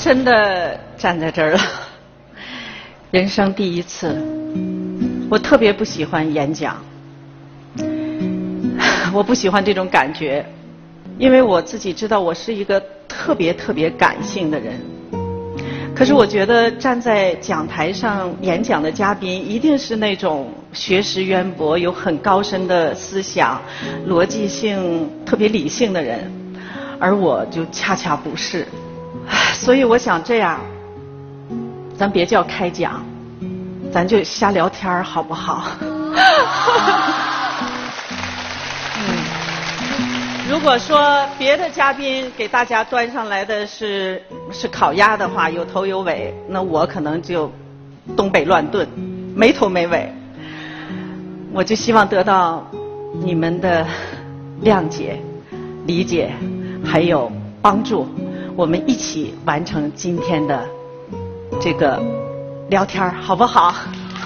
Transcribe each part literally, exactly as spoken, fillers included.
真的站在这儿了，人生第一次。我特别不喜欢演讲，我不喜欢这种感觉，因为我自己知道我是一个特别特别感性的人。可是我觉得站在讲台上演讲的嘉宾一定是那种学识渊博、有很高深的思想、逻辑性特别理性的人，而我就恰恰不是。所以我想这样，咱别叫开讲，咱就瞎聊天好不好？如果说别的嘉宾给大家端上来的是是烤鸭的话，有头有尾，那我可能就东北乱炖，没头没尾。我就希望得到你们的谅解、理解，还有帮助，我们一起完成今天的这个聊天，好不好？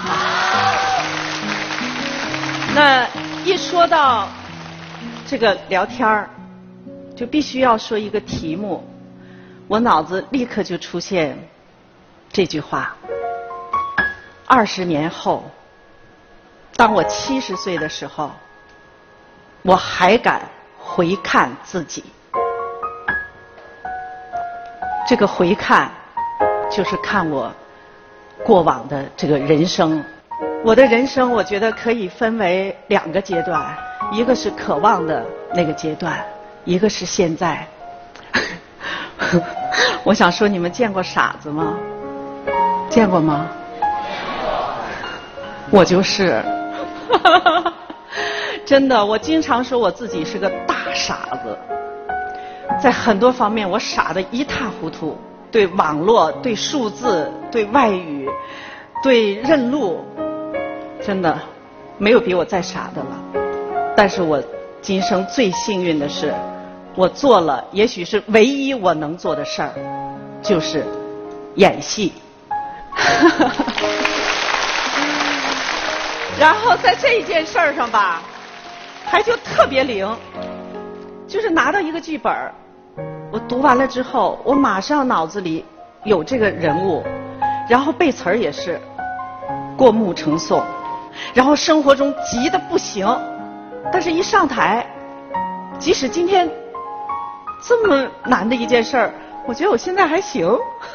那一说到这个聊天儿，就必须要说一个题目，我脑子立刻就出现这句话：二十年后，当我七十岁的时候，我还敢回看自己。这个回看，就是看我过往的这个人生。我的人生，我觉得可以分为两个阶段。一个是渴望的那个阶段，一个是现在。我想说，你们见过傻子吗？见过吗？我就是。真的，我经常说我自己是个大傻子，在很多方面我傻得一塌糊涂，对网络、对数字、对外语、对认路，真的没有比我再傻的了。但是我今生最幸运的是，我做了也许是唯一我能做的事儿，就是演戏。然后在这一件事儿上吧，还就特别灵，就是拿到一个剧本，我读完了之后，我马上脑子里有这个人物，然后背词儿也是过目成诵，然后生活中急得不行。但是一上台，即使今天这么难的一件事儿，我觉得我现在还行。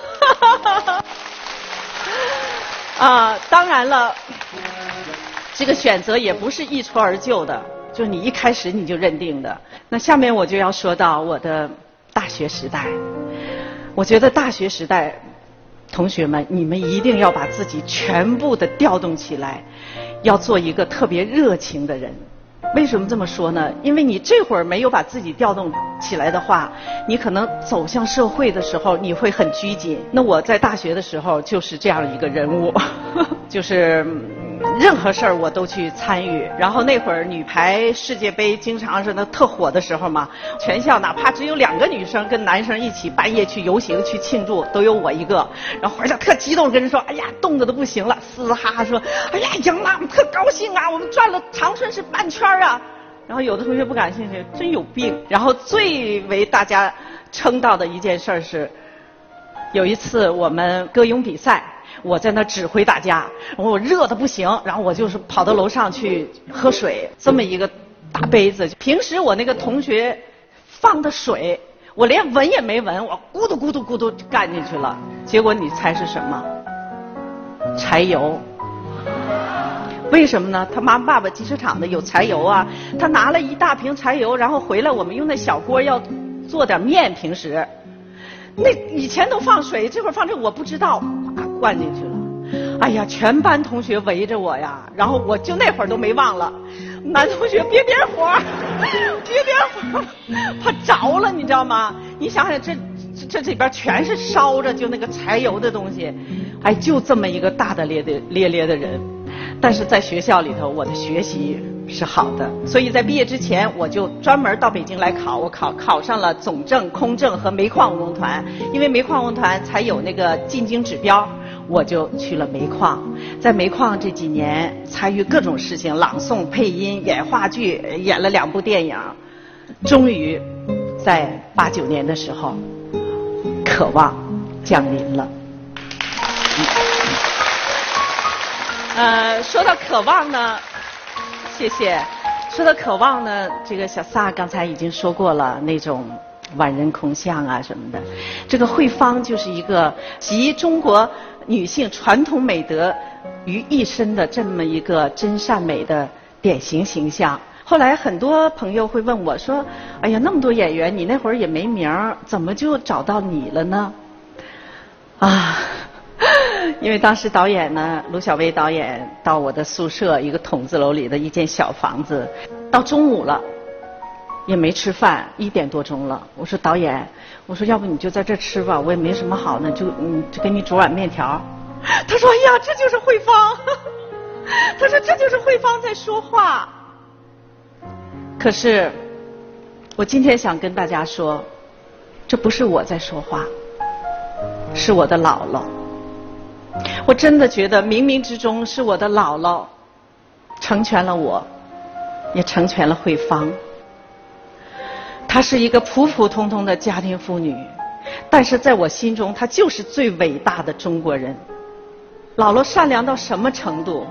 啊，当然了，这个选择也不是一蹴而就的，就是你一开始你就认定的。那下面我就要说到我的大学时代。我觉得大学时代，同学们，你们一定要把自己全部的调动起来，要做一个特别热情的人。为什么这么说呢？因为你这会儿没有把自己调动起来的话，你可能走向社会的时候你会很拘谨。那我在大学的时候就是这样一个人物，就是任何事儿我都去参与。然后那会儿女排世界杯经常是那特火的时候嘛，全校哪怕只有两个女生跟男生一起半夜去游行去庆祝，都有我一个。然后回来特激动跟人说：“哎呀，冻得都不行了！”嘶哈哈说：“哎呀，赢了，我们特高兴啊，我们转了长春市半圈啊！”然后有的同学不感兴趣，真有病。然后最为大家称道的一件事是，有一次我们歌咏比赛，我在那指挥大家，然后我热得不行，然后我就是跑到楼上去喝水，这么一个大杯子。平时我那个同学放的水，我连闻也没闻，我咕嘟咕嘟咕嘟干进去了。结果你猜是什么？柴油。为什么呢？他妈妈爸爸机车厂的有柴油啊，他拿了一大瓶柴油，然后回来我们用那小锅要做点面，平时那以前都放水，这会儿放这我不知道，哗灌进去了。哎呀，全班同学围着我呀，然后我就那会儿都没忘了，男同学别别火，别别火，怕着了，你知道吗？你想想这这这里边全是烧着就那个柴油的东西，哎，就这么一个大大咧咧咧咧的人。但是在学校里头，我的学习是好的，所以在毕业之前，我就专门到北京来考，我考考上了总政、空政和煤矿文工团，因为煤矿文工团才有那个进京指标，我就去了煤矿。在煤矿这几年，参与各种事情，朗诵、配音、演话剧，演了两部电影，终于在八九年的时候，渴望降临了。呃，说到渴望呢，谢谢。说到渴望呢，这个小撒刚才已经说过了，那种万人空巷啊什么的。这个慧芳就是一个集中国女性传统美德于一身的这么一个真善美的典型形象。后来很多朋友会问我说：“哎呀，那么多演员，你那会儿也没名儿，怎么就找到你了呢？”啊。因为当时导演呢，卢小薇导演到我的宿舍一个筒子楼里的一间小房子，到中午了，也没吃饭，一点多钟了。我说导演，我说要不你就在这吃吧，我也没什么好呢，就嗯就给你煮碗面条。他说：“哎呀，这就是慧芳。”他说：“这就是慧芳在说话。”可是，我今天想跟大家说，这不是我在说话，是我的姥姥。我真的觉得冥冥之中是我的姥姥成全了我，也成全了慧芳。她是一个普普通通的家庭妇女，但是在我心中她就是最伟大的中国人。姥姥善良到什么程度？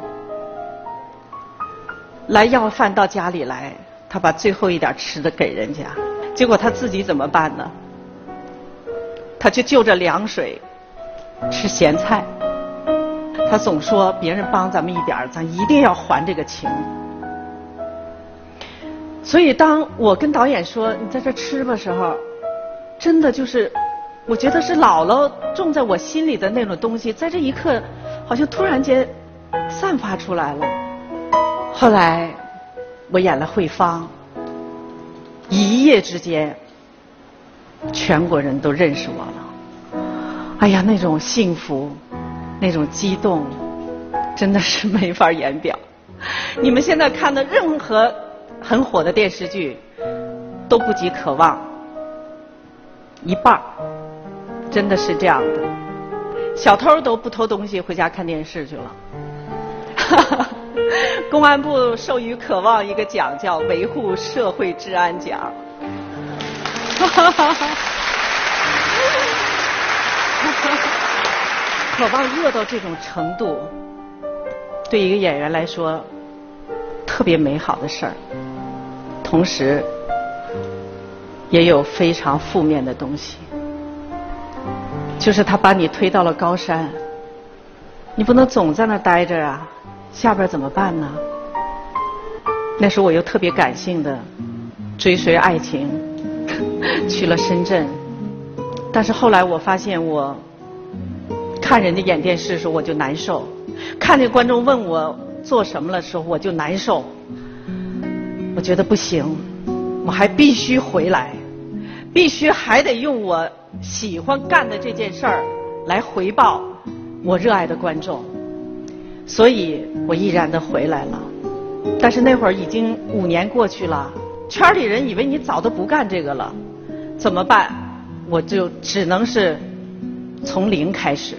来要饭到家里来，她把最后一点吃的给人家，结果她自己怎么办呢？她就就着凉水吃咸菜。他总说别人帮咱们一点，咱一定要还这个情。所以当我跟导演说你在这吃吧时候，真的就是我觉得是姥姥种在我心里的那种东西，在这一刻好像突然间散发出来了。后来我演了慧芳，一夜之间全国人都认识我了。哎呀，那种幸福，那种激动，真的是没法言表。你们现在看的任何很火的电视剧，都不及《渴望》一半，真的是这样的。小偷都不偷东西，回家看电视去了。公安部授予《渴望》一个奖，叫维护社会治安奖。渴望热到这种程度，对一个演员来说特别美好的事儿，同时也有非常负面的东西，就是他把你推到了高山，你不能总在那儿待着啊，下边怎么办呢？那时候我又特别感性的追随爱情去了深圳，但是后来我发现我看人家演电视的时候我就难受，看见观众问我做什么了的时候我就难受。我觉得不行，我还必须回来，必须还得用我喜欢干的这件事儿来回报我热爱的观众，所以我毅然的回来了。但是那会儿已经五年过去了，圈里人以为你早都不干这个了，怎么办？我就只能是从零开始，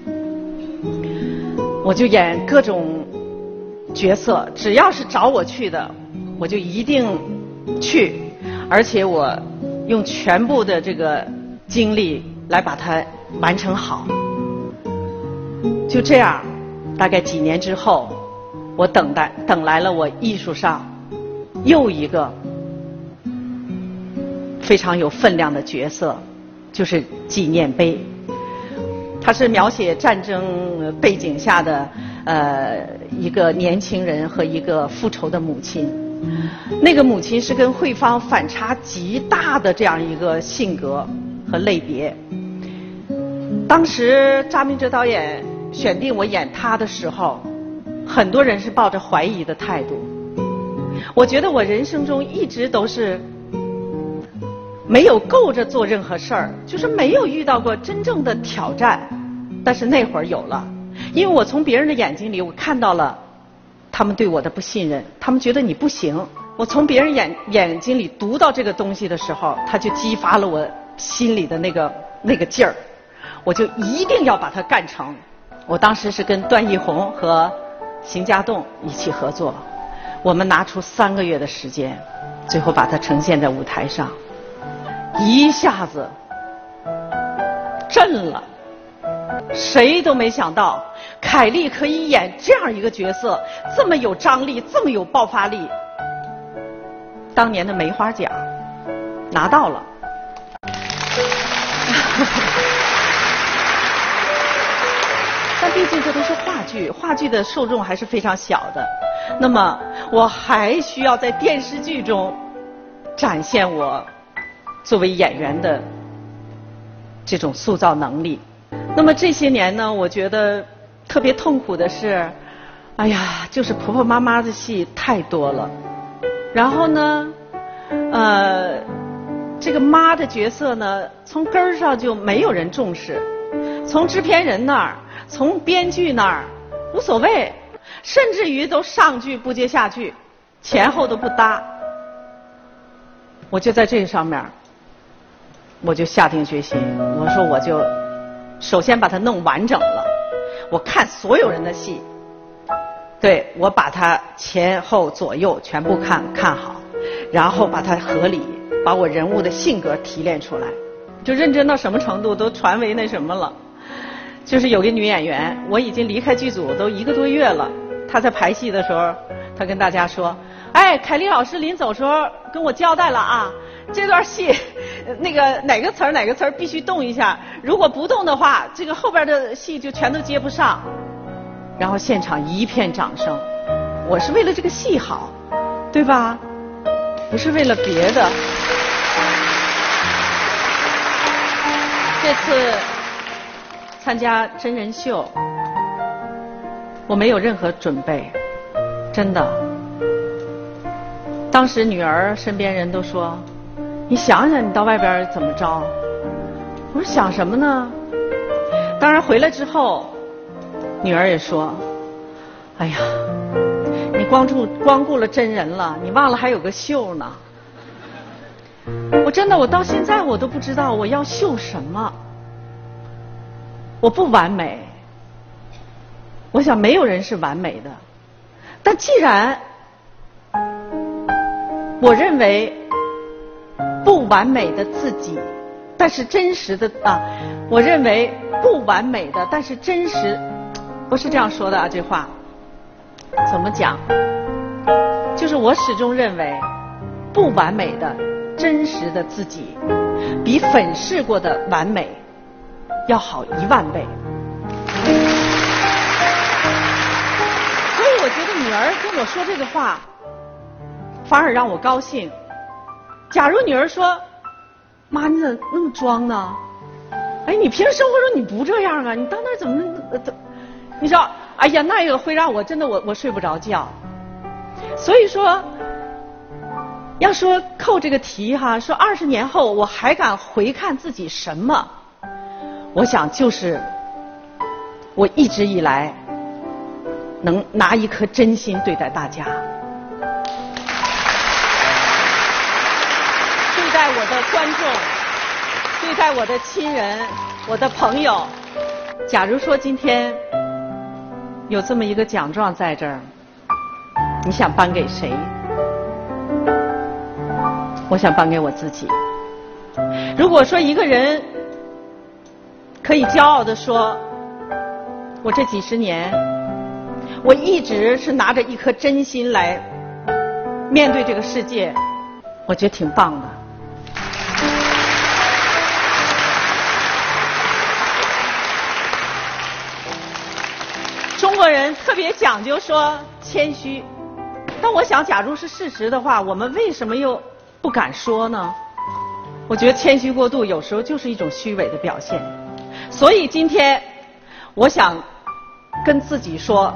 我就演各种角色，只要是找我去的，我就一定去，而且我用全部的这个精力来把它完成好。就这样，大概几年之后，我等待等来了我艺术上又一个非常有分量的角色，就是纪念碑。它是描写战争背景下的呃一个年轻人和一个复仇的母亲。那个母亲是跟慧芳反差极大的这样一个性格和类别。当时查明哲导演选定我演她的时候，很多人是抱着怀疑的态度。我觉得我人生中一直都是没有够着做任何事儿，就是没有遇到过真正的挑战。但是那会儿有了，因为我从别人的眼睛里我看到了他们对我的不信任，他们觉得你不行。我从别人眼眼睛里读到这个东西的时候，他就激发了我心里的那个那个劲儿，我就一定要把它干成。我当时是跟段奕宏和邢家栋一起合作，我们拿出三个月的时间，最后把它呈现在舞台上，一下子震了。 谁都没想到凯丽可以演这样一个角色，这么有张力，这么有爆发力。当年的梅花奖拿到了。但毕竟这都是话剧，话剧的受众还是非常小的。那么我还需要在电视剧中展现我作为演员的这种塑造能力。那么这些年呢，我觉得特别痛苦的是，哎呀，就是婆婆妈妈的戏太多了。然后呢，呃，这个妈的角色呢，从根儿上就没有人重视，从制片人那儿，从编剧那儿，无所谓，甚至于都上句不接下句，前后都不搭。我就在这个上面，我就下定决心，我说我就首先把它弄完整了，我看所有人的戏，对，我把它前后左右全部看看好，然后把它合理，把我人物的性格提炼出来，就认真到什么程度都传为那什么了。就是有个女演员，我已经离开剧组都一个多月了，她在排戏的时候，她跟大家说，哎，凯丽老师临走时候跟我交代了啊，这段戏那个哪个词儿哪个词儿必须动一下，如果不动的话，这个后边的戏就全都接不上。然后现场一片掌声。我是为了这个戏好，对吧？不是为了别的。这次参加真人秀，我没有任何准备，真的。当时女儿身边人都说，你想想你到外边怎么着。我说想什么呢？当然回来之后，女儿也说，哎呀，你光顾光顾了真人了，你忘了还有个秀呢。我真的，我到现在我都不知道我要秀什么。我不完美，我想没有人是完美的，但既然我认为不完美的自己，但是真实的啊，我认为不完美的，但是真实，不是这样说的啊，这话怎么讲？就是我始终认为，不完美的真实的自己，比粉饰过的完美要好一万倍。所以我觉得女儿跟我说这个话，反而让我高兴。假如女儿说，妈你怎么那么装呢？哎，你平时生活中你不这样啊，你到那儿怎么那么……你知道，哎呀，那个会让我真的我我睡不着觉。所以说，要说扣这个题哈，说二十年后我还敢回看自己什么？我想就是我一直以来能拿一颗真心对待大家，对待我的观众，对待我的亲人，我的朋友。假如说今天有这么一个奖状在这儿，你想颁给谁？我想颁给我自己。如果说一个人可以骄傲地说，我这几十年我一直是拿着一颗真心来面对这个世界，我觉得挺棒的。中国人特别讲究说谦虚，但我想假如是事实的话，我们为什么又不敢说呢？我觉得谦虚过度有时候就是一种虚伪的表现。所以今天我想跟自己说，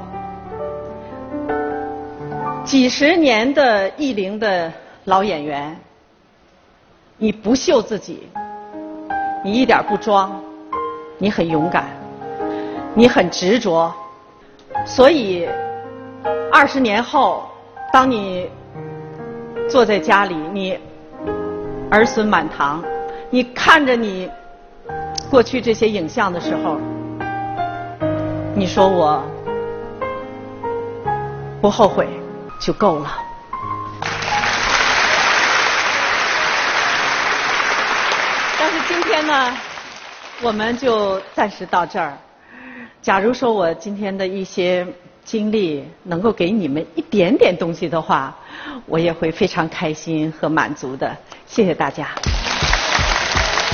几十年的艺龄的老演员，你不秀自己，你一点不装，你很勇敢，你很执着。所以二十年后，当你坐在家里，你儿孙满堂，你看着你过去这些影像的时候，你说我不后悔就够了。但是今天呢，我们就暂时到这儿。 假如说我今天的一些经历能够给你们一点点东西的话，我也会非常开心和满足的。谢谢大家。